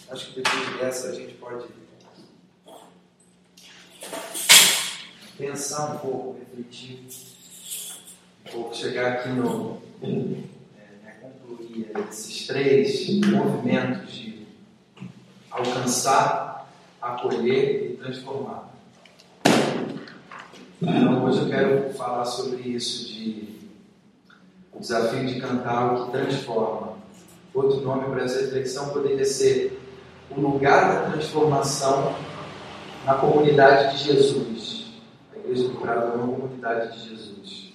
Acho que depois dessa a gente pode pensar um pouco, refletir um pouco, chegar aqui no concluir esses 3 movimentos de alcançar, acolher e transformar. Então, hoje eu quero falar sobre isso, o desafio de cantar o que transforma. Outro nome para essa reflexão poderia ser o lugar da transformação na comunidade de Jesus. A Igreja do Prado é uma comunidade de Jesus.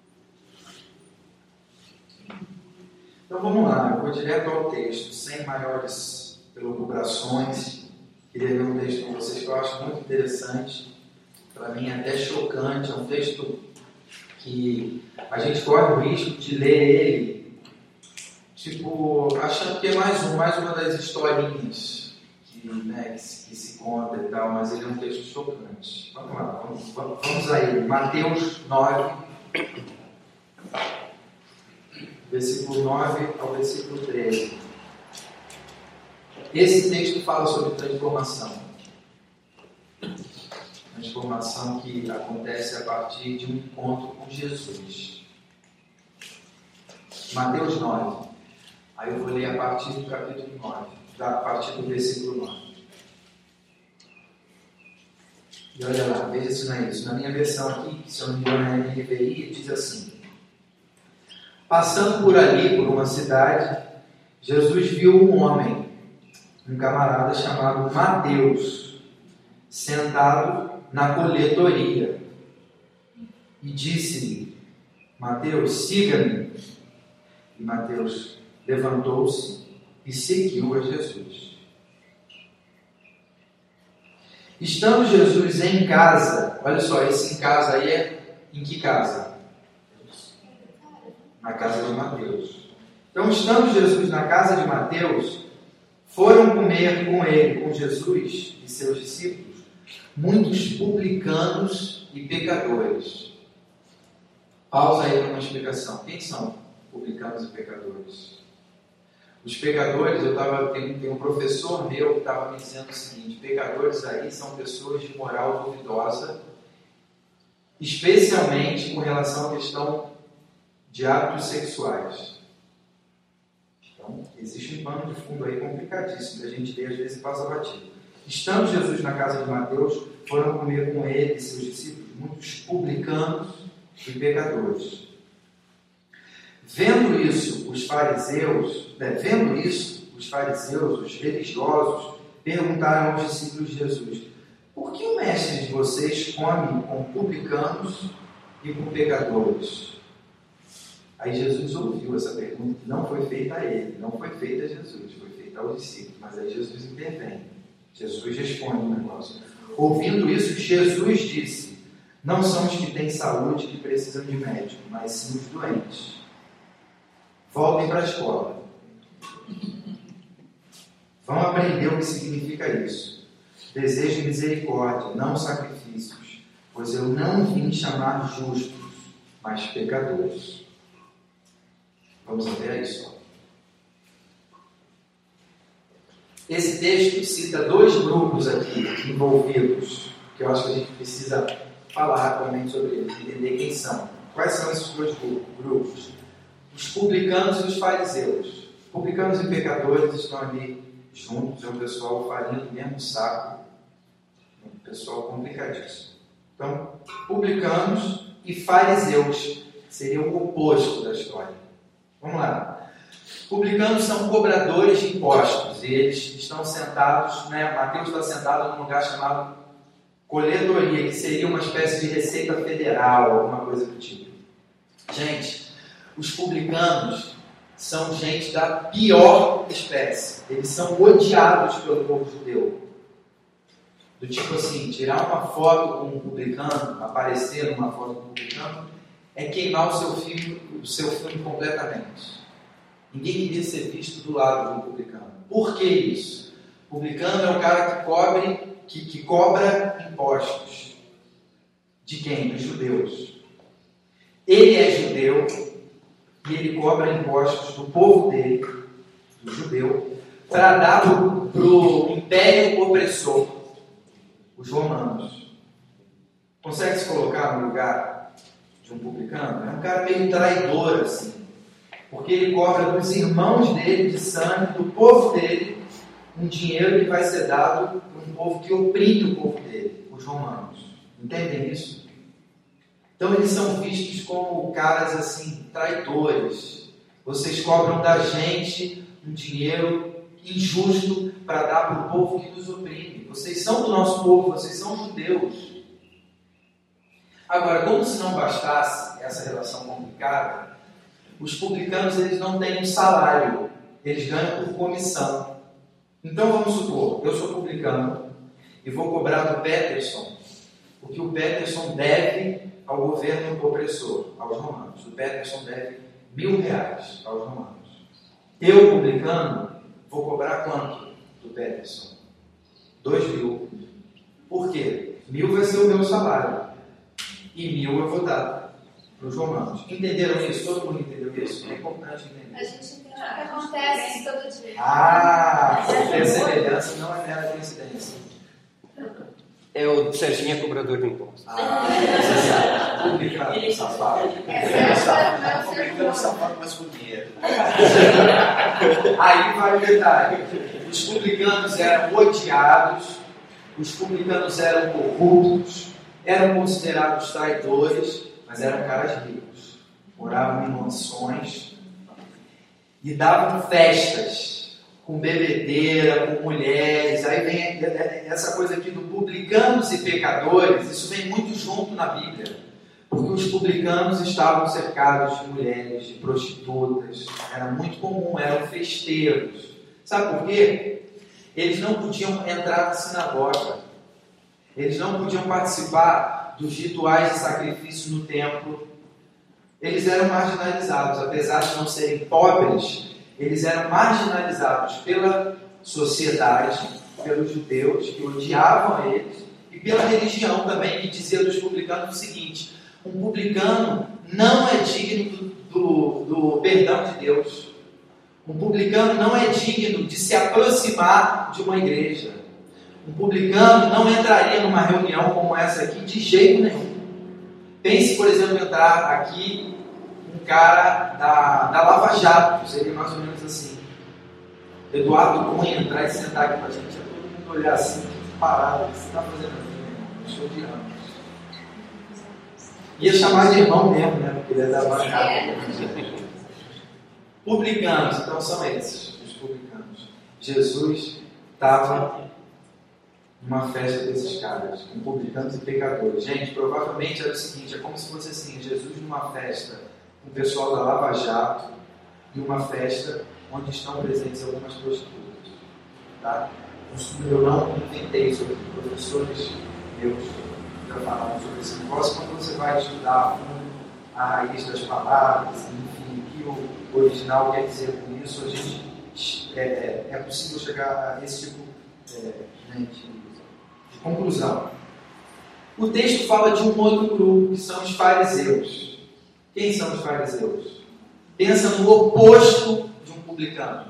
Então vamos lá, eu vou direto ao texto, sem maiores elucubrações. Queria ler um texto com vocês que eu acho muito interessante, para mim até chocante. É um texto que a gente corre o risco de ler ele, achando que é mais uma das historinhas que se conta e tal, mas ele é um texto chocante. Vamos lá, vamos a ele. Mateus 9, versículo 9 ao versículo 13. Esse texto fala sobre transformação. Transformação que acontece a partir de um encontro com Jesus. Mateus 9. Aí eu vou ler a partir do capítulo 9, a partir do versículo 9. E olha lá, veja se não é isso. Na minha versão aqui, se eu não me engano é a NVI, diz assim: passando por ali, por uma cidade, Jesus viu um homem, um camarada chamado Mateus, sentado na coletoria, e disse-lhe: Mateus, siga-me. E Mateus levantou-se e seguiu a Jesus. Estando Jesus em casa, olha só, esse em casa aí é em que casa? Na casa de Mateus. Então, estando Jesus na casa de Mateus, foram comer com ele, com Jesus e seus discípulos, muitos publicanos e pecadores. Pausa aí para uma explicação. Quem são publicanos e pecadores? Os pecadores, tem um professor meu que estava me dizendo o seguinte: pecadores aí são pessoas de moral duvidosa, especialmente com relação à questão de hábitos sexuais. Então, existe um pano de fundo aí complicadíssimo, que a gente vê às vezes e passa batido. Estando Jesus na casa de Mateus, foram comer com ele e seus discípulos muitos publicanos e pecadores. Vendo isso, os fariseus, os religiosos, perguntaram aos discípulos de Jesus: por que o mestre de vocês come com publicanos e com pecadores? Aí Jesus ouviu essa pergunta, que não foi feita a ele, não foi feita a Jesus, foi feita aos discípulos, mas aí Jesus intervém. Jesus responde o negócio. Ouvindo isso, Jesus disse: não são os que têm saúde que precisam de médico, mas sim os doentes. Voltem para a escola. Vão aprender o que significa isso. Desejo misericórdia, não sacrifícios, pois eu não vim chamar justos, mas pecadores. Vamos até isso. Esse texto cita 2 grupos aqui envolvidos, que eu acho que a gente precisa falar rapidamente sobre eles, entender quem são. Quais são esses 2 grupos? Os publicanos e os fariseus. Publicanos e pecadores estão ali juntos, é um pessoal farinha do mesmo saco, um pessoal complicadíssimo. Então, publicanos e fariseus seriam o oposto da história. Vamos lá. Publicanos são cobradores de impostos, e eles estão sentados, Mateus está sentado num lugar chamado coletoria, que seria uma espécie de receita federal, alguma coisa do tipo. Gente, os publicanos são gente da pior espécie. Eles são odiados pelo povo judeu. Do tipo assim, tirar uma foto com um publicano, aparecer numa foto com um publicano, é queimar o seu filme completamente. Ninguém queria ser visto do lado de um publicano. Por que isso? O publicano é o cara que cobra impostos. De quem? Dos judeus. Ele é judeu e ele cobra impostos do povo dele, do judeu, para dar pro império opressor, os romanos. Consegue se colocar no lugar de um publicano? É um cara meio traidor, assim. Porque ele cobra dos irmãos dele, de sangue, do povo dele, um dinheiro que vai ser dado para um povo que oprime o povo dele, os romanos. Entendem isso? Então eles são vistos como caras assim, traidores. Vocês cobram da gente um dinheiro injusto para dar para o povo que nos oprime. Vocês são do nosso povo, vocês são judeus. Agora, como se não bastasse essa relação complicada, os publicanos eles não têm um salário, eles ganham por comissão. Então vamos supor, eu sou publicano e vou cobrar do Peterson o que o Peterson deve ao governo opressor, aos romanos. O Peterson deve R$1.000 aos romanos. Eu, publicano, vou cobrar quanto do Peterson? 2.000. Por quê? 1.000 vai ser o meu salário. E 1.000 eu vou dar para os romanos. Entenderam isso? Todo mundo entendeu isso? É importante entender. A gente entende o que acontece todo dia. A semelhança não é mera coincidência. É o Serginho é cobrador de impostos. Publicano, safado. Publicano safado, mas com dinheiro. Aí vai o detalhe. Os publicanos eram odiados, os publicanos eram corruptos, eram considerados traidores, mas eram caras ricos. Moravam em mansões e davam festas com bebedeira, com mulheres. Aí vem essa coisa aqui do publicanos e pecadores. Isso vem muito junto na Bíblia, porque os publicanos estavam cercados de mulheres, de prostitutas. Era muito comum, eram festeiros. Sabe por quê? Eles não podiam entrar na sinagoga, eles não podiam participar dos rituais de sacrifício no templo. Eles eram marginalizados, apesar de não serem pobres. Eles eram marginalizados pela sociedade, pelos judeus que odiavam eles, e pela religião também, que dizia dos publicanos o seguinte: um publicano não é digno do perdão de Deus. Um publicano não é digno de se aproximar de uma igreja. Um publicano não entraria numa reunião como essa aqui de jeito nenhum. Pense, por exemplo, entrar aqui um cara da Lava Jato, seria mais ou menos assim. Eduardo Cunha entrar e sentar aqui com a gente, todo mundo olhar assim, parado, o que você está fazendo aqui, meu irmão? Eu sou de anos. Ia chamar de irmão mesmo, né? Porque ele é da bancada. Publicanos, então são esses, os publicanos. Jesus estava numa festa desses caras, com publicanos e pecadores. Gente, provavelmente era o seguinte, é como se fosse assim, Jesus numa festa com o pessoal da Lava Jato e uma festa onde estão presentes algumas prostitutas. Tá? Eu não inventei sobre professores meus já falaram sobre esse negócio. Quando você vai estudar a raiz das palavras, enfim, o que o original quer dizer com isso, a gente é possível chegar a esse tipo de conclusão. O texto fala de um outro grupo, que são os fariseus. Quem são os fariseus? Pensa no oposto de um publicano.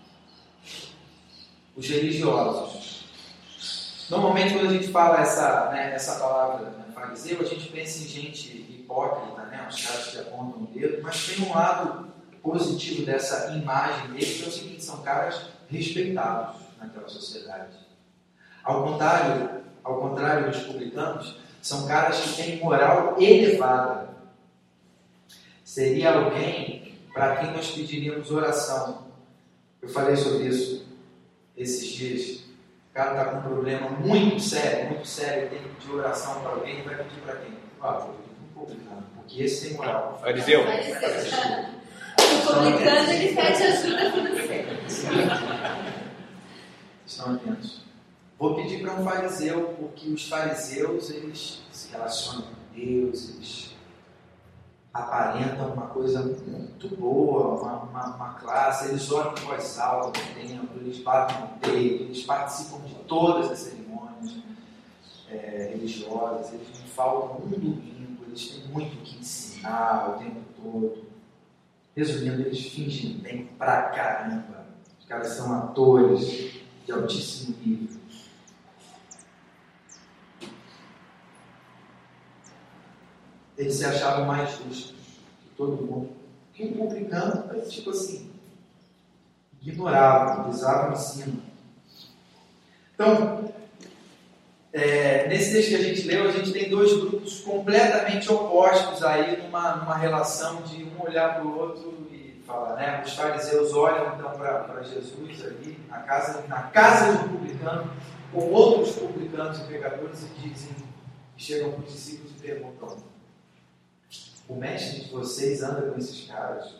Os religiosos. Normalmente, quando a gente fala essa palavra fariseu, a gente pensa em gente hipócrita, os caras que apontam o dedo, mas tem um lado positivo dessa imagem deles, que é o seguinte: são caras respeitados naquela sociedade. Ao contrário dos publicanos, são caras que têm moral elevada. Seria alguém para quem nós pediríamos oração. Eu falei sobre isso esses dias. O cara está com um problema muito sério, tem que pedir oração para alguém, vai pedir para quem? Vou pedir para um publicano, porque esse tem moral. Fariseu. O publicano, ele pede ajuda financeira. Estão atentos. Vou pedir para um fariseu, porque os fariseus, eles se relacionam com Deus, eles aparentam uma coisa muito boa, uma classe, eles oram em voz alta no templo, eles batem no peito, eles participam de todas as cerimônias religiosas, eles não faltam um domingo, eles têm muito o que ensinar o tempo todo. Resumindo, eles fingem bem pra caramba. Os caras são atores. de altíssimo nível. Eles se achavam mais justos que todo mundo. Que um publicano, tipo assim, ignoravam, pisavam em cima. Então, nesse texto que a gente leu, a gente tem dois grupos completamente opostos aí numa relação de um olhar para o outro e falar, né? Os fariseus olham então para Jesus ali na casa de um publicano, com outros publicanos e pecadores e chegam para os discípulos e perguntam: o mestre de vocês anda com esses caras?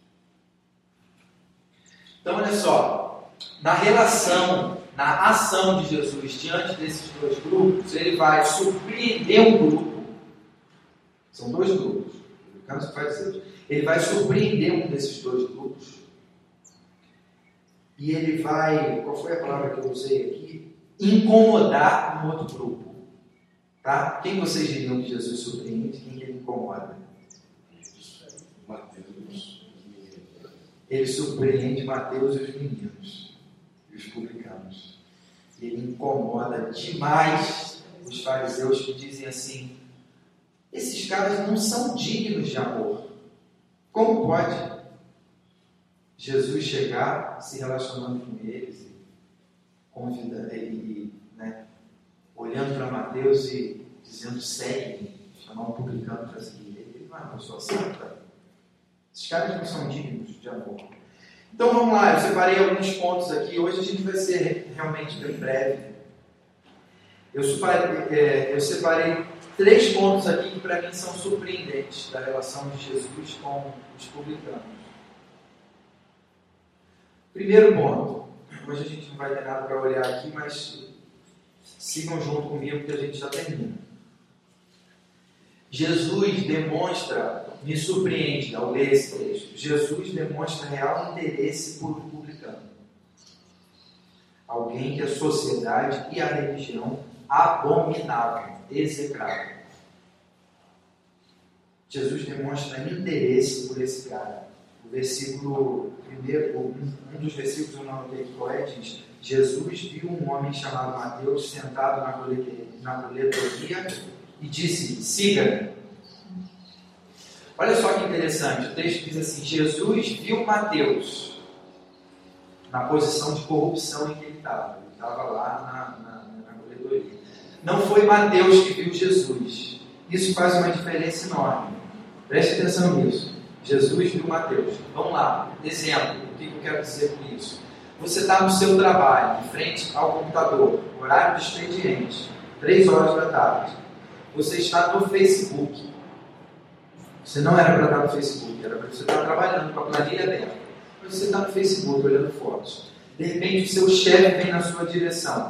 Então, olha só, na relação, na ação de Jesus diante desses dois grupos, ele vai surpreender um grupo. São dois grupos, publicanos e fariseus. Ele vai surpreender um desses dois grupos. E ele vai, qual foi a palavra que eu usei aqui? Incomodar um outro grupo. Tá? Quem vocês diriam que Jesus surpreende? Quem ele incomoda? Ele surpreende Mateus e os meninos, e os publicanos. Ele incomoda demais os fariseus que dizem assim: esses caras não são dignos de amor. Como pode Jesus chegar se relacionando com eles e convidando ele, né, olhando para Mateus e dizendo segue, chamar um publicano para seguir ele? Ele não é uma pessoa santa. Esses caras não são dignos de amor. Então vamos lá, eu separei alguns pontos aqui. Hoje a gente vai ser realmente bem breve. Eu separei 3 pontos aqui que para mim são surpreendentes da relação de Jesus com os publicanos. Primeiro ponto. Hoje a gente não vai ter nada para olhar aqui, mas sigam junto comigo que a gente já termina. Jesus demonstra, me surpreende ao ler esse texto, Jesus demonstra real interesse por um publicano. Alguém que a sociedade e a religião abominavam, execravam. Jesus demonstra interesse por esse cara. O versículo primeiro, um dos versículos eu não anotei qual é, diz: Jesus viu um homem chamado Mateus sentado na coletoria e disse: siga-me. Olha só que interessante, o texto diz assim: Jesus viu Mateus na posição de corrupção em que ele estava. Ele estava lá na coletoria. Não foi Mateus que viu Jesus. Isso faz uma diferença enorme. Preste atenção nisso. Jesus viu Mateus. Vamos lá, exemplo. O que eu quero dizer com isso? Você está no seu trabalho, em frente ao computador, horário de expediente, 3 horas da tarde. Você está no Facebook. Você não era para estar no Facebook, era para você estar trabalhando com a planilha aberta. Mas você está no Facebook olhando fotos. De repente o seu chefe vem na sua direção.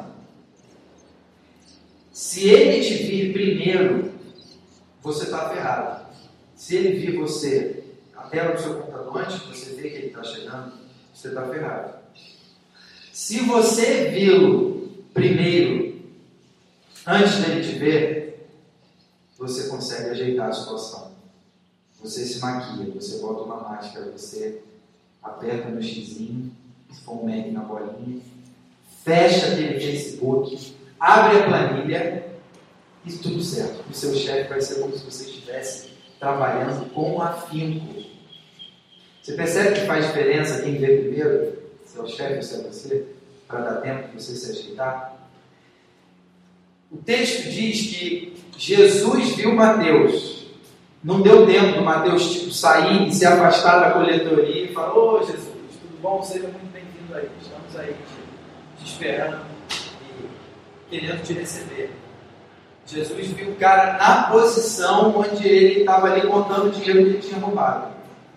Se ele te vir primeiro, você está ferrado. Se ele vir você, a tela do seu computador, antes de você ver que ele está chegando, você está ferrado. Se você vê-lo primeiro, antes dele te ver, você consegue ajeitar a situação. Você se maquia, você bota uma máscara, você aperta no xizinho, se for um Mac na bolinha, fecha aquele Facebook, abre a planilha e tudo certo. O seu chefe vai ser como se você estivesse trabalhando com afinco. Você percebe que faz diferença quem vê primeiro? Se é o chefe ou se é você? Para dar tempo de você se ajeitar? O texto diz que Jesus viu Mateus. Não deu tempo do Mateus sair e se afastar da coletoria e falar: ô Jesus, tudo bom? Seja muito bem-vindo aí. Estamos aí te esperando e querendo te receber. Jesus viu o cara na posição onde ele estava ali contando o dinheiro que ele tinha roubado.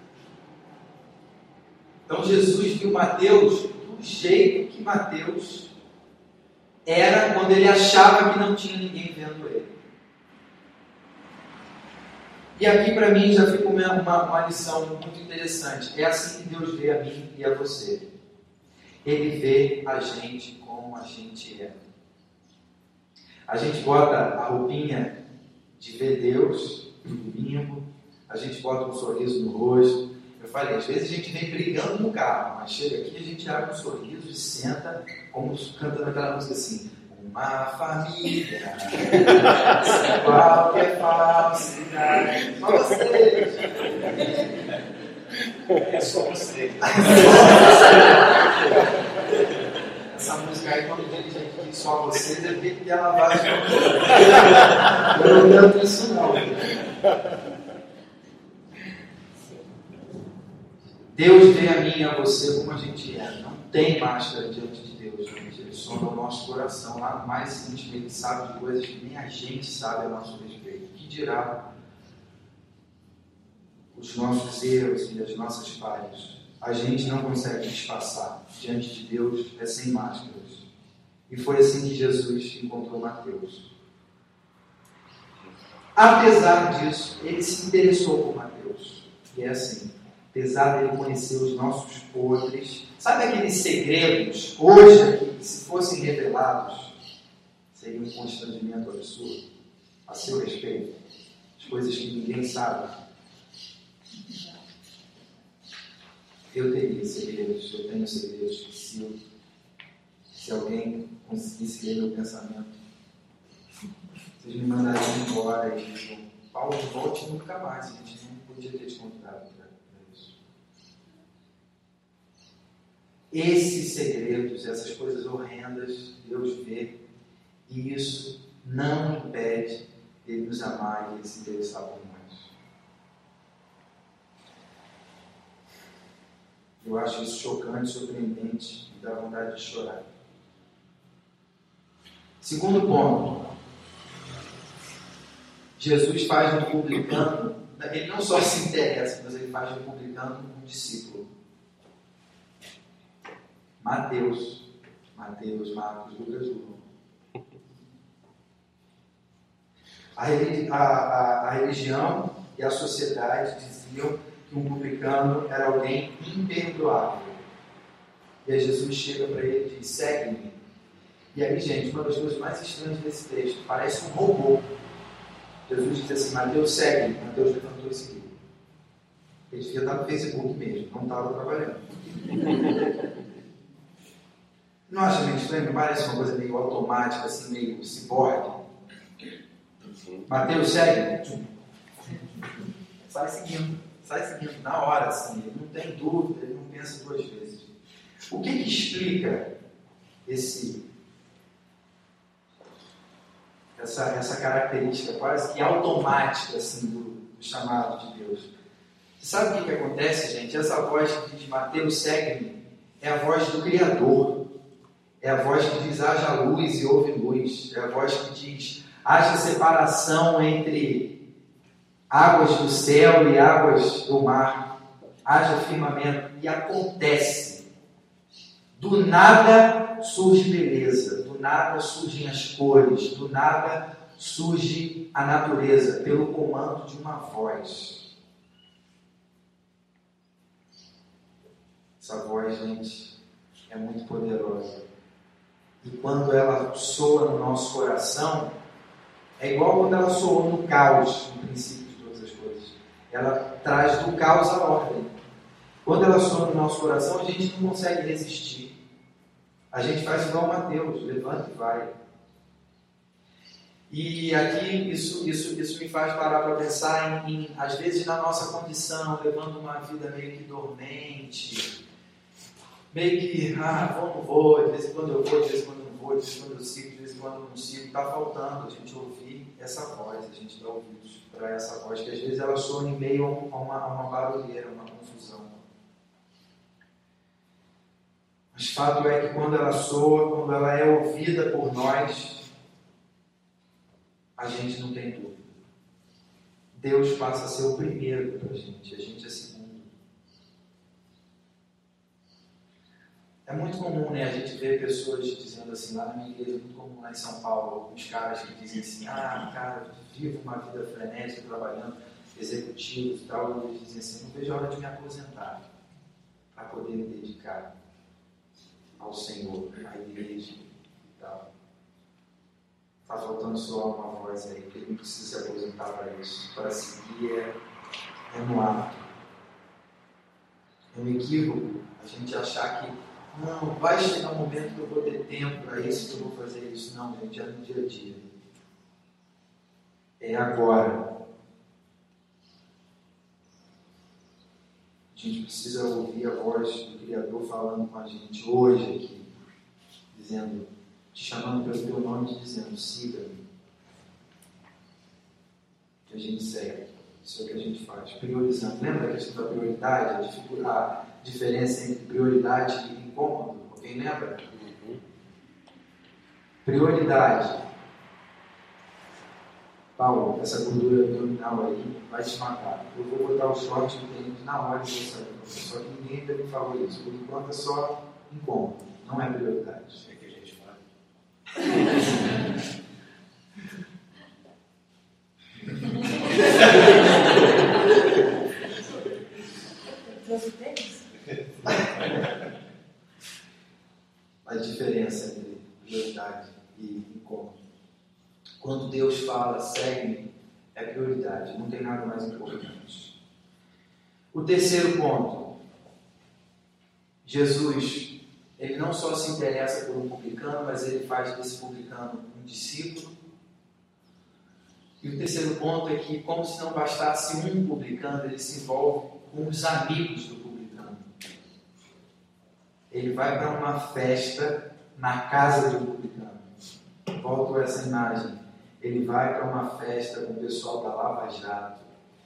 Então Jesus viu Mateus do jeito que Mateus era quando ele achava que não tinha ninguém vendo ele. E aqui para mim já fica uma lição muito interessante. É assim que Deus vê a mim e a você. Ele vê a gente como a gente é. A gente bota a roupinha de ver Deus no domingo, a gente bota um sorriso no rosto, Eu falei, às vezes a gente vem brigando no carro, mas chega aqui a gente abre um sorriso e senta, como cantando aquela música assim, uma família, qualquer falsidade. Só vocês. É só você. Essa música aí, quando ele diz só vocês, é porque tem a lavagem. Eu não canto isso não. Deus vê a mim e a você como a gente é. Não tem máscara diante de Deus, gente. Ele sonda o nosso coração lá no mais íntimo. Ele sabe de coisas que nem a gente sabe a nosso respeito. O que dirá os nossos erros e as nossas falhas? A gente não consegue disfarçar. Diante de Deus é sem máscaras. E foi assim que Jesus encontrou Mateus. Apesar disso, ele se interessou por Mateus. E é assim. Apesar dele conhecer os nossos podres, sabe aqueles segredos, hoje aqui, que se fossem revelados, seria um constrangimento absurdo a seu respeito, as coisas que ninguém sabe. Eu teria segredos, eu tenho segredos que se alguém conseguisse ler meu pensamento, vocês me mandariam embora e dizem, Paulo, volte nunca mais, a gente não podia ter te convidado. Esses segredos, essas coisas horrendas, Deus vê, e isso não impede Ele nos amar e Ele se interessar por nós. Eu acho isso chocante, surpreendente e dá vontade de chorar. Segundo ponto, Jesus faz do publicano, ele não só se interessa, mas ele faz do publicano um discípulo. Mateus, Marcos, Lucas, João. A religião e a sociedade diziam que um publicano era alguém imperdoável. E aí Jesus chega para ele e diz, segue-me. E aí, gente, uma das coisas mais estranhas desse texto, parece um robô. Jesus diz assim, Mateus, segue-me. Mateus levantou e seguiu. Ele devia estar no Facebook mesmo, não estava trabalhando. Não acha meio estranho? Não parece uma coisa meio automática, assim, meio ciborgue? Mateus, segue. Sai seguindo na hora, assim. Ele não tem dúvida, ele não pensa duas vezes. O que explica essa característica quase que automática, assim, do chamado de Deus? Você sabe o que acontece, gente? Essa voz que diz, Mateus, segue-me, é a voz do Criador. É a voz que diz, haja luz e houve luz. É a voz que diz, haja separação entre águas do céu e águas do mar. Haja firmamento. E acontece. Do nada surge beleza. Do nada surgem as cores. Do nada surge a natureza. Pelo comando de uma voz. Essa voz, gente, é muito poderosa. E quando ela soa no nosso coração, é igual quando ela soou no caos, no princípio de todas as coisas. Ela traz do caos a ordem. Quando ela soa no nosso coração, a gente não consegue resistir. A gente faz igual Mateus, levanta e vai. E aqui isso me faz parar para pensar às vezes, na nossa condição, levando uma vida meio que dormente, meio que, não vou, de vez em quando eu vou, de vez em quando eu não vou, de vez em quando eu sigo, de vez em quando eu não sigo. Está faltando a gente ouvir essa voz, a gente dá ouvidos para essa voz, que às vezes ela soa em meio a uma barulheira, uma confusão. Mas fato é que quando ela soa, quando ela é ouvida por nós, a gente não tem dúvida. Deus passa a ser o primeiro para a gente é segundo. É muito comum, né, a gente ver pessoas dizendo assim, lá na minha igreja, muito comum lá em São Paulo, alguns caras que dizem assim, cara, eu vivo uma vida frenética, trabalhando, executivos e tal, e eles dizem assim, não vejo a hora de me aposentar, para poder me dedicar ao Senhor, à igreja e tal. Está faltando soar uma voz aí, que ele não precisa se aposentar para isso, para seguir é no ato. É um equívoco a gente achar que não, vai chegar um momento que eu vou ter tempo para isso, que eu vou fazer isso. Não, gente, é no dia a dia. É agora. A gente precisa ouvir a voz do Criador falando com a gente hoje aqui, dizendo, te chamando pelo teu nome e dizendo, siga-me. Que a gente segue. Isso é o que a gente faz, priorizando. Lembra da questão da prioridade? A diferença entre prioridade e incômodo? Alguém lembra? Prioridade. Paulo, essa gordura abdominal aí vai te matar. Eu vou botar o short no tênis na hora de você sair. Só que ninguém ainda me falou isso. Por enquanto é só incômodo. Não é prioridade. Isso é que a gente fala. A diferença entre prioridade e incômodo. Quando Deus fala, segue-me, é prioridade, não tem nada mais importante. O terceiro ponto. Jesus, ele não só se interessa por um publicano, mas ele faz desse publicano um discípulo. E o terceiro ponto é que, como se não bastasse um publicano, ele se envolve com os amigos do publicano. Ele vai para uma festa na casa do publicano. Volto a essa imagem. Ele vai para uma festa com o pessoal da Lava Jato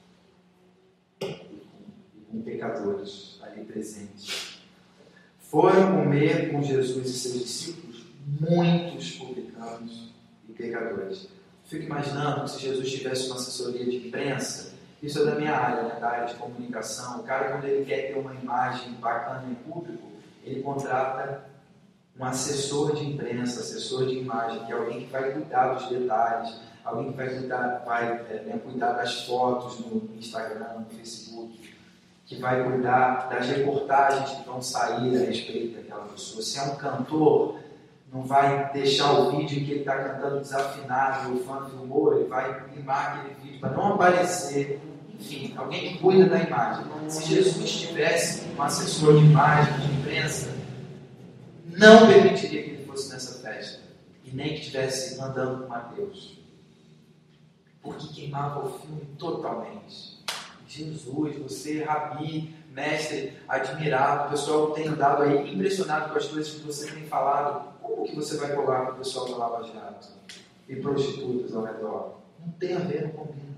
e com pecadores ali presentes. Foram comer com Jesus e seus discípulos muitos publicanos e pecadores. Fico imaginando que se Jesus tivesse uma assessoria de imprensa, isso é da minha área, né, da área de comunicação. O cara, quando ele quer ter uma imagem bacana em público, ele contrata um assessor de imprensa, assessor de imagem, que é alguém que vai cuidar dos detalhes, alguém que vai cuidar das fotos no Instagram, no Facebook, que vai cuidar das reportagens que vão sair a respeito daquela pessoa. Se é um cantor, não vai deixar o vídeo em que ele está cantando desafinado e o fã filmou, ele vai limar aquele vídeo para não aparecer. Enfim, alguém que cuida da imagem. Se Jesus tivesse um assessor de imagem, de imprensa, não permitiria que ele fosse nessa festa. E nem que estivesse andando com Mateus. Porque queimava o filme totalmente. Jesus, você, rabi, mestre, admirado, o pessoal tem andado aí impressionado com as coisas que você tem falado. Como que você vai colar com o pessoal da Lava Jato e prostitutas ao redor? Não tem a ver, não combina.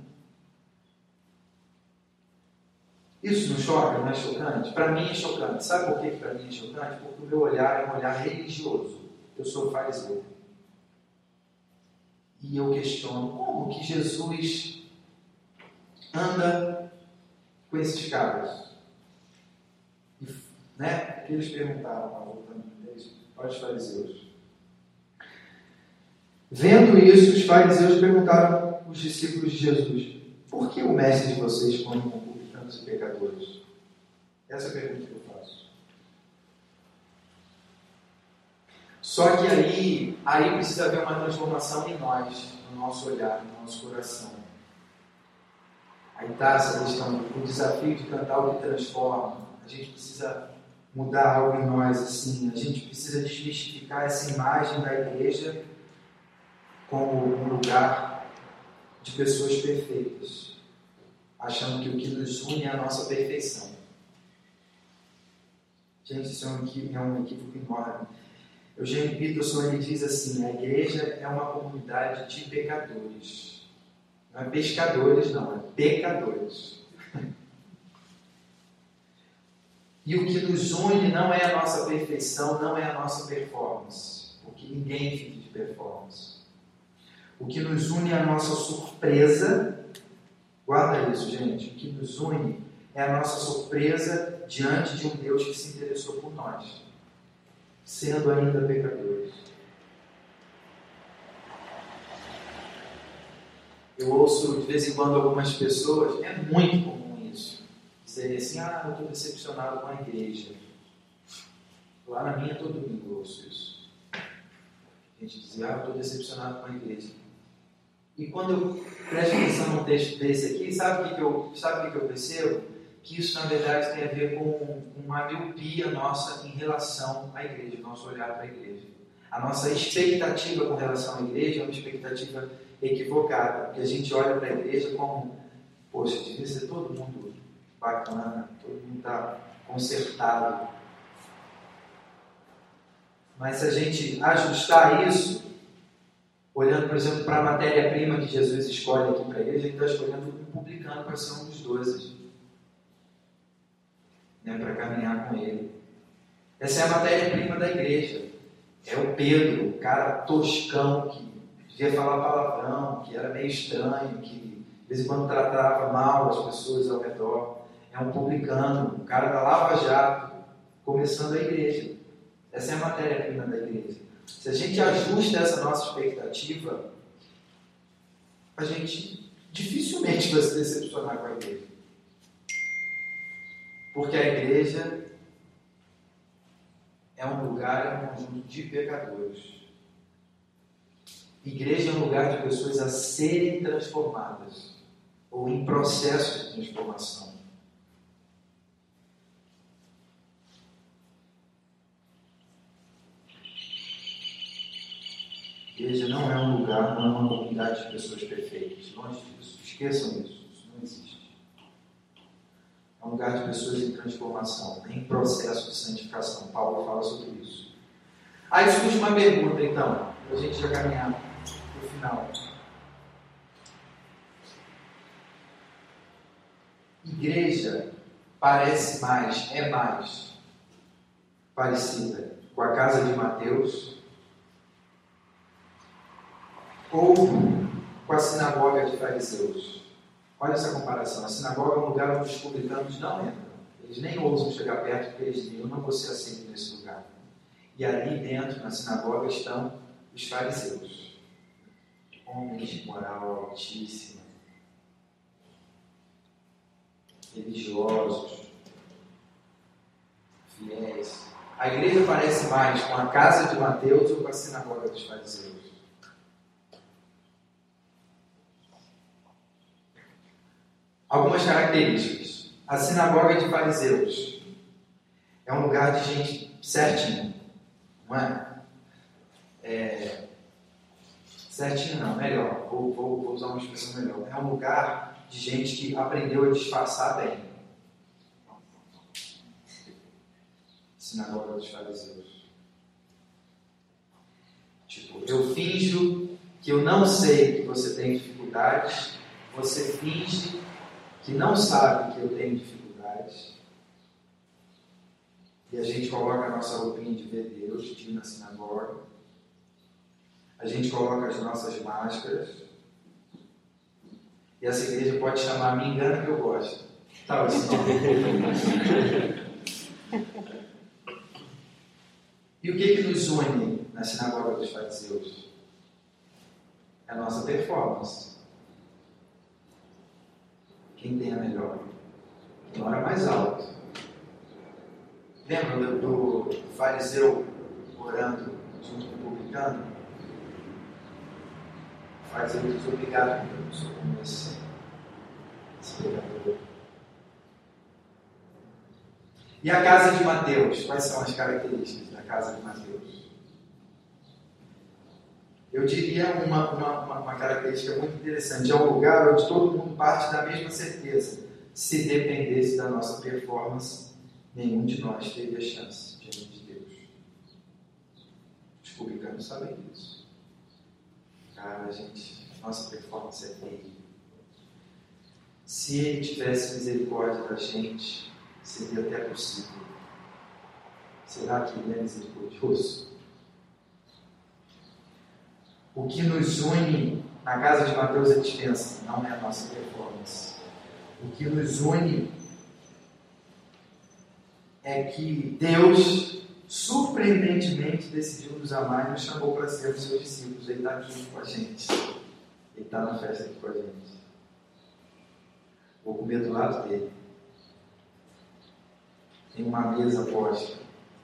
Isso não choca, não é chocante? Para mim é chocante. Sabe por que para mim é chocante? Porque o meu olhar é um olhar religioso. Eu sou fariseu. E eu questiono como que Jesus anda com esses caras. Né? Que eles perguntaram, voltando para os fariseus. Vendo isso, os fariseus perguntaram aos discípulos de Jesus: por que o mestre de vocês come com publicanos e pecadores? Essa é a pergunta que eu faço. Só que aí precisa haver uma transformação em nós, no nosso olhar, no nosso coração. Aí está essa questão, o desafio de cantar o que transforma. A gente precisa mudar algo em nós, assim. A gente precisa desmistificar essa imagem da igreja como um lugar de pessoas perfeitas, achando que o que nos une é a nossa perfeição. Gente, isso é um equívoco enorme. Eugênio Peterson, ele diz assim: a igreja é uma comunidade de pecadores. Não é pescadores, não, é pecadores. E o que nos une não é a nossa perfeição, não é a nossa performance, porque ninguém vive de performance. O que nos une é a nossa surpresa. Guarda isso, gente. O que nos une é a nossa surpresa diante de um Deus que se interessou por nós, sendo ainda pecadores. Eu ouço de vez em quando algumas pessoas, é muito comum isso, dizerem assim: eu estou decepcionado com a igreja. Lá na minha todo domingo eu ouço isso. A gente diz: eu estou decepcionado com a igreja. E quando eu presto atenção num texto desse aqui, sabe o que eu percebo? que isso, na verdade, tem a ver com uma miopia nossa em relação à igreja, nosso olhar para a igreja. A nossa expectativa com relação à igreja é uma expectativa equivocada, porque a gente olha para a igreja como, poxa, devia ser todo mundo bacana, todo mundo está consertado. Mas se a gente ajustar isso, olhando, por exemplo, para a matéria-prima que Jesus escolhe aqui para a igreja, ele está escolhendo um publicano para ser um dos 12, né, para caminhar com ele. Essa é a matéria-prima da igreja. É o Pedro, o cara toscão, que devia falar palavrão, que era meio estranho, que de vez em quando tratava mal as pessoas ao redor. É um publicano, um cara da Lava Jato, começando a igreja. Essa é a matéria-prima da igreja. Se a gente ajusta essa nossa expectativa, a gente dificilmente vai se decepcionar com a igreja. Porque a igreja é um lugar, é um conjunto de pecadores. Igreja é um lugar de pessoas a serem transformadas, ou em processo de transformação. Igreja não é um lugar, não é uma comunidade de pessoas perfeitas. Longe disso. Esqueçam isso. Isso não existe. É um lugar de pessoas em transformação, em processo de santificação. Paulo fala sobre isso. Aí surge uma pergunta, então, para a gente já caminhar para o final. Igreja parece mais, é mais parecida com a casa de Mateus ou com a sinagoga de fariseus? Olha essa comparação. A sinagoga é um lugar onde os publicanos não entram. Eles nem ousam chegar perto porque eles dizem: eu não vou ser aceito nesse lugar. E ali dentro, na sinagoga, estão os fariseus. Homens de moral altíssima. Religiosos. Fiéis. A igreja parece mais com a casa de Mateus ou com a sinagoga dos fariseus? Algumas características. A sinagoga de fariseus é um lugar de gente certinha, não é? Certinho não, melhor. Vou usar uma expressão melhor. É um lugar de gente que aprendeu a disfarçar bem. Sinagoga dos fariseus. Tipo, eu finjo que eu não sei que você tem dificuldades, você finge que não sabe que eu tenho dificuldades, e a gente coloca a nossa roupinha de ver Deus, de ir na sinagoga, a gente coloca as nossas máscaras, e essa igreja pode chamar Me Engana Que Eu Gosto. Tá, esse nome. E o que nos une na sinagoga dos fariseus? É a nossa performance. Quem tem a melhor? Quem ora mais alto. Lembra do fariseu orando junto com o publicano? O fariseu diz: obrigado por pessoa como esse pecador. E a casa de Mateus? Quais são as características da casa de Mateus? Eu diria uma característica muito interessante. É um lugar onde todo mundo parte da mesma certeza. Se dependesse da nossa performance, nenhum de nós teria chance diante de Deus. Os publicanos sabem disso. Cara, nossa performance é terrível. Se Ele tivesse misericórdia da gente, seria até possível. Será que Ele é misericordioso? O que nos une na casa de Mateus é dispensa, não é a nossa performance. O que nos une é que Deus surpreendentemente decidiu nos amar e nos chamou para sermos seus discípulos. Ele está aqui com a gente. Ele está na festa aqui com a gente. Vou comer do lado dele. Tem uma mesa posta.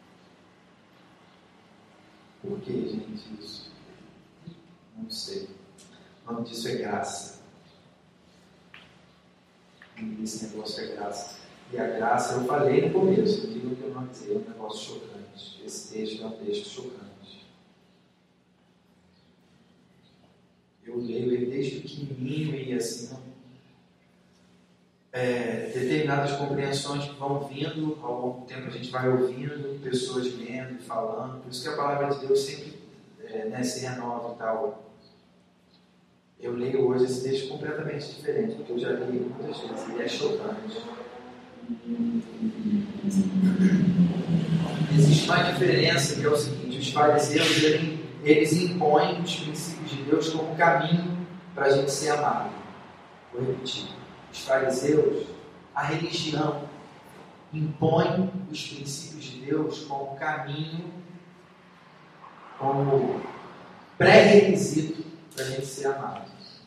Por que, gente, isso? Não sei. O nome disso é graça. Esse negócio é graça. e a graça. Eu falei no começo, aquilo que eu não dizia, é um negócio chocante. Esse texto é um texto chocante. Eu leio ele desde pequenininho e assim, determinadas compreensões que vão vindo, ao longo do tempo a gente vai ouvindo, pessoas lendo e falando. Por isso que a palavra de Deus sempre se renova e tal. Eu leio hoje esse texto completamente diferente, porque eu já li muitas vezes, e é chocante. Existe uma diferença, que é o seguinte: os fariseus, eles impõem os princípios de Deus como caminho para a gente ser amado. Vou repetir. Os fariseus, a religião, impõe os princípios de Deus como caminho, como pré-requisito para a gente ser amado.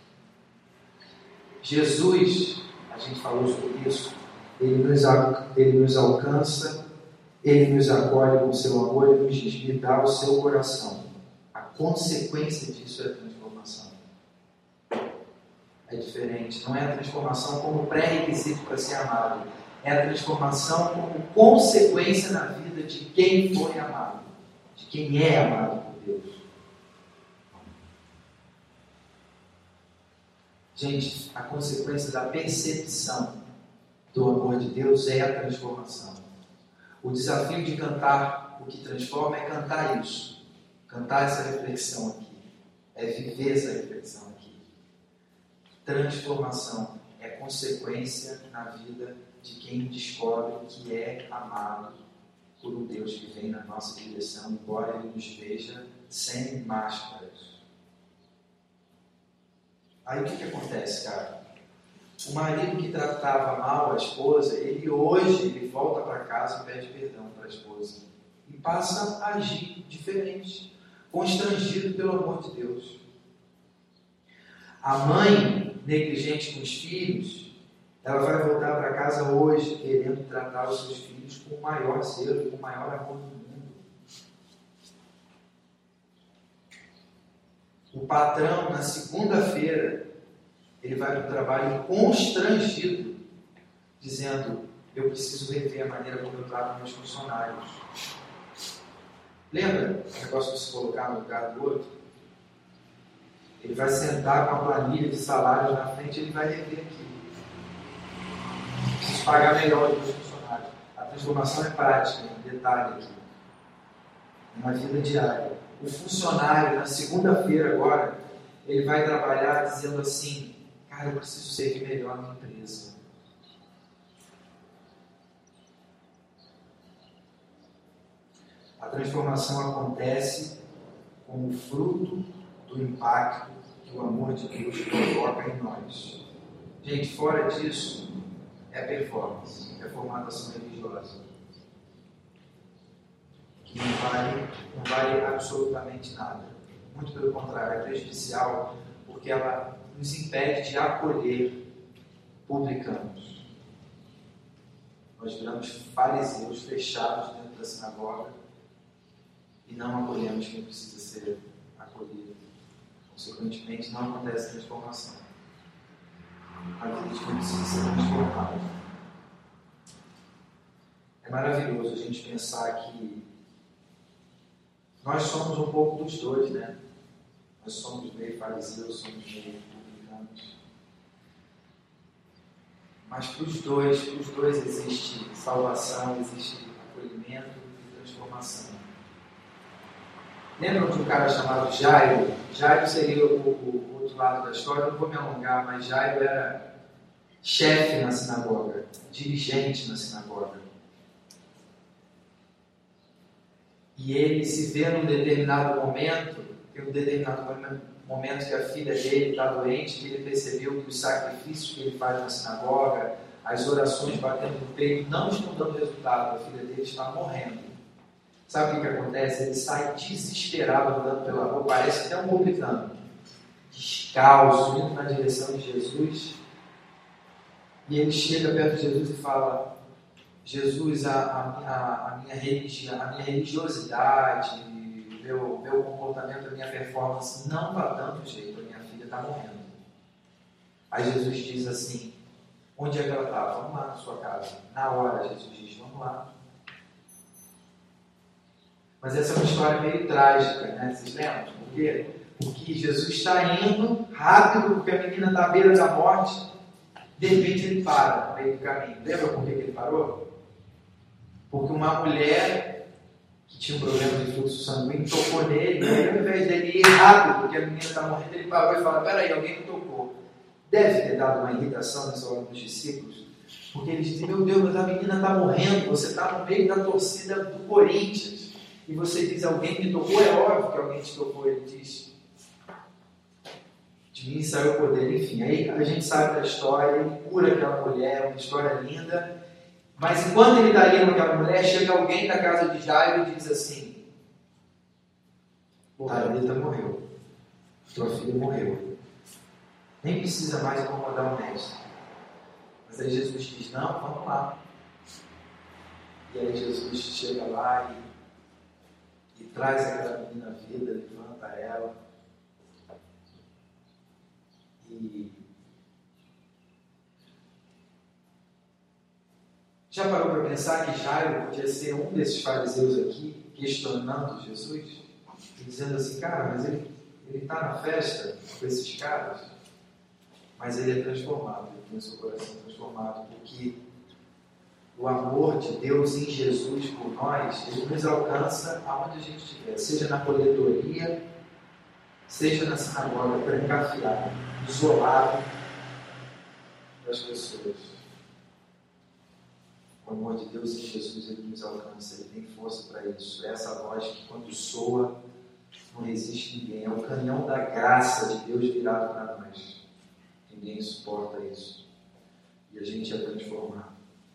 Jesus, a gente falou sobre isso, ele nos alcança, ele nos acolhe com seu amor e nos diz: me dá o seu coração. A consequência disso é a transformação. É diferente, não é a transformação como pré-requisito para ser amado, é a transformação como consequência na vida de quem foi amado, de quem é amado por Deus. Gente, a consequência da percepção do amor de Deus é a transformação. O desafio de cantar o que transforma é cantar isso, cantar essa reflexão aqui, é viver essa reflexão aqui. Transformação é consequência na vida de quem descobre que é amado por um Deus que vem na nossa direção, embora Ele nos veja sem máscaras. Aí o que acontece, cara? O marido que tratava mal a esposa, ele volta para casa e pede perdão para a esposa. E passa a agir diferente, constrangido pelo amor de Deus. A mãe negligente com os filhos, ela vai voltar para casa hoje querendo tratar os seus filhos com o maior zelo, com o maior amor do mundo. O patrão, na segunda-feira, ele vai para o trabalho constrangido, dizendo: eu preciso rever a maneira como eu trato meus funcionários. Lembra o negócio de se colocar no lugar do outro? Ele vai sentar com a planilha de salários na frente e ele vai rever aqui. Preciso pagar melhor os meus funcionários. A transformação é prática, é um detalhe aqui. É uma vida diária. O funcionário, na segunda-feira agora, ele vai trabalhar dizendo assim: cara, eu preciso servir melhor na empresa. A transformação acontece como fruto do impacto que o amor de Deus provoca em nós. Gente, fora disso, é performance, é formatação religiosa. Que não vale absolutamente nada. Muito pelo contrário, é prejudicial, porque ela nos impede de acolher publicanos. Nós viramos fariseus fechados dentro da sinagoga e não acolhemos quem precisa ser acolhido. Consequentemente, não acontece transformação. A vida de quem precisa ser transformada. É maravilhoso a gente pensar que nós somos um pouco dos dois, né? Nós somos meio fariseus, somos meio publicanos. Mas para os dois existe salvação, existe acolhimento e transformação. Lembram de um cara chamado Jairo? Jairo seria o outro lado da história, não vou me alongar, mas Jairo era chefe na sinagoga, dirigente na sinagoga. E ele se vê num determinado momento, que a filha dele está doente, que ele percebeu que os sacrifícios que ele faz na sinagoga, as orações batendo no peito, não estão dando resultado, a filha dele está morrendo. Sabe o que acontece? Ele sai desesperado andando pela rua, parece até um publicano, descalço, indo na direção de Jesus, e ele chega perto de Jesus e fala: Jesus, a minha religiosidade, meu comportamento, a minha performance não está dando jeito, a minha filha está morrendo. Aí Jesus diz assim: Onde é que ela estava? Vamos lá na sua casa. Na hora, Jesus diz, vamos lá. Mas essa é uma história meio trágica, né? Vocês lembram? Por quê? Porque Jesus está indo rápido, porque a menina está à beira da morte. De repente ele para no meio do caminho. Lembra por que ele parou? Porque uma mulher que tinha um problema de fluxo sanguíneo tocou nele. E aí, ao invés dele ir rápido, porque a menina está morrendo, ele parou e falou: peraí, alguém me tocou. Deve ter dado uma irritação nessa hora dos discípulos. Porque eles dizem: meu Deus, mas a menina está morrendo. Você está no meio da torcida do Corinthians. E você diz: alguém me tocou. É óbvio que alguém te tocou. Ele diz: de mim saiu o poder. Enfim, aí a gente sabe da história. Ele cura aquela mulher, uma história linda. Mas enquanto ele está ali com aquela mulher, chega alguém da casa de Jairo e diz assim: Talita morreu. Tua filha morreu. Nem precisa mais incomodar o mestre. Mas aí Jesus diz: não, vamos lá. E aí Jesus chega lá e traz aquela menina à vida, levanta ela. E já parou para pensar que Jairo podia ser um desses fariseus aqui, questionando Jesus? E dizendo assim: cara, mas ele está na festa com esses caras, mas ele é transformado, ele tem o seu coração transformado, porque o amor de Deus em Jesus por nós, ele nos alcança aonde a gente estiver, seja na coletoria, seja na sinagoga, trancafiado, isolado das pessoas. O amor de Deus em Jesus, ele nos alcança, ele tem força para isso. É essa voz que, quando soa, não resiste ninguém. É o canhão da graça de Deus virado para nós. Ninguém suporta isso. E a gente é transformado.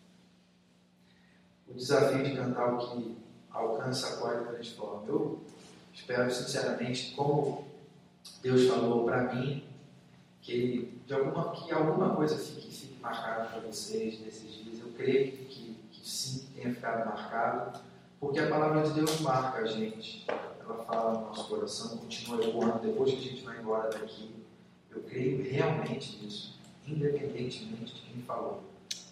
O desafio de cantar o que alcança, acolhe e transforma. Eu espero sinceramente, como Deus falou para mim, que alguma coisa fique marcada para vocês nesses dias. Eu creio que sim, tenha ficado marcado, porque a palavra de Deus marca a gente. Ela fala no nosso coração, continua ecoando depois que a gente vai embora daqui. Eu creio realmente nisso, independentemente de quem falou.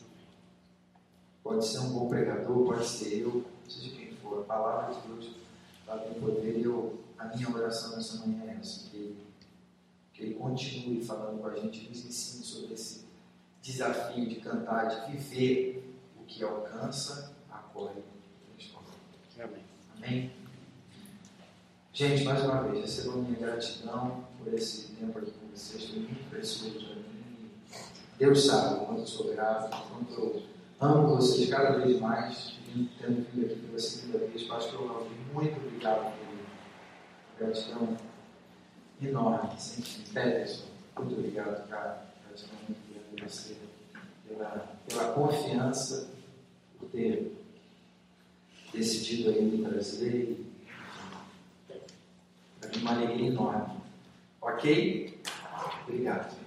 Pode ser um bom pregador, pode ser eu, seja quem for. A palavra de Deus ela tem poder e a minha oração nessa manhã é essa, que Ele continue falando com a gente, nos ensine sobre esse desafio de cantar, de viver o que alcança, acolhe e transforma. Amém. Amém? Gente, mais uma vez, recebo a minha gratidão por esse tempo aqui com vocês, foi muito precioso para mim. Deus sabe o quanto eu sou grato, o quanto eu amo vocês cada vez mais, tendo vindo aqui pela segunda vez. Pastor Alvin, muito obrigado por gratidão enorme, sem fim. Peterson, muito obrigado, cara. Gratidão muito grande a você pela confiança, por ter decidido aí me trazer. Para mim, uma alegria enorme. Ok? Obrigado.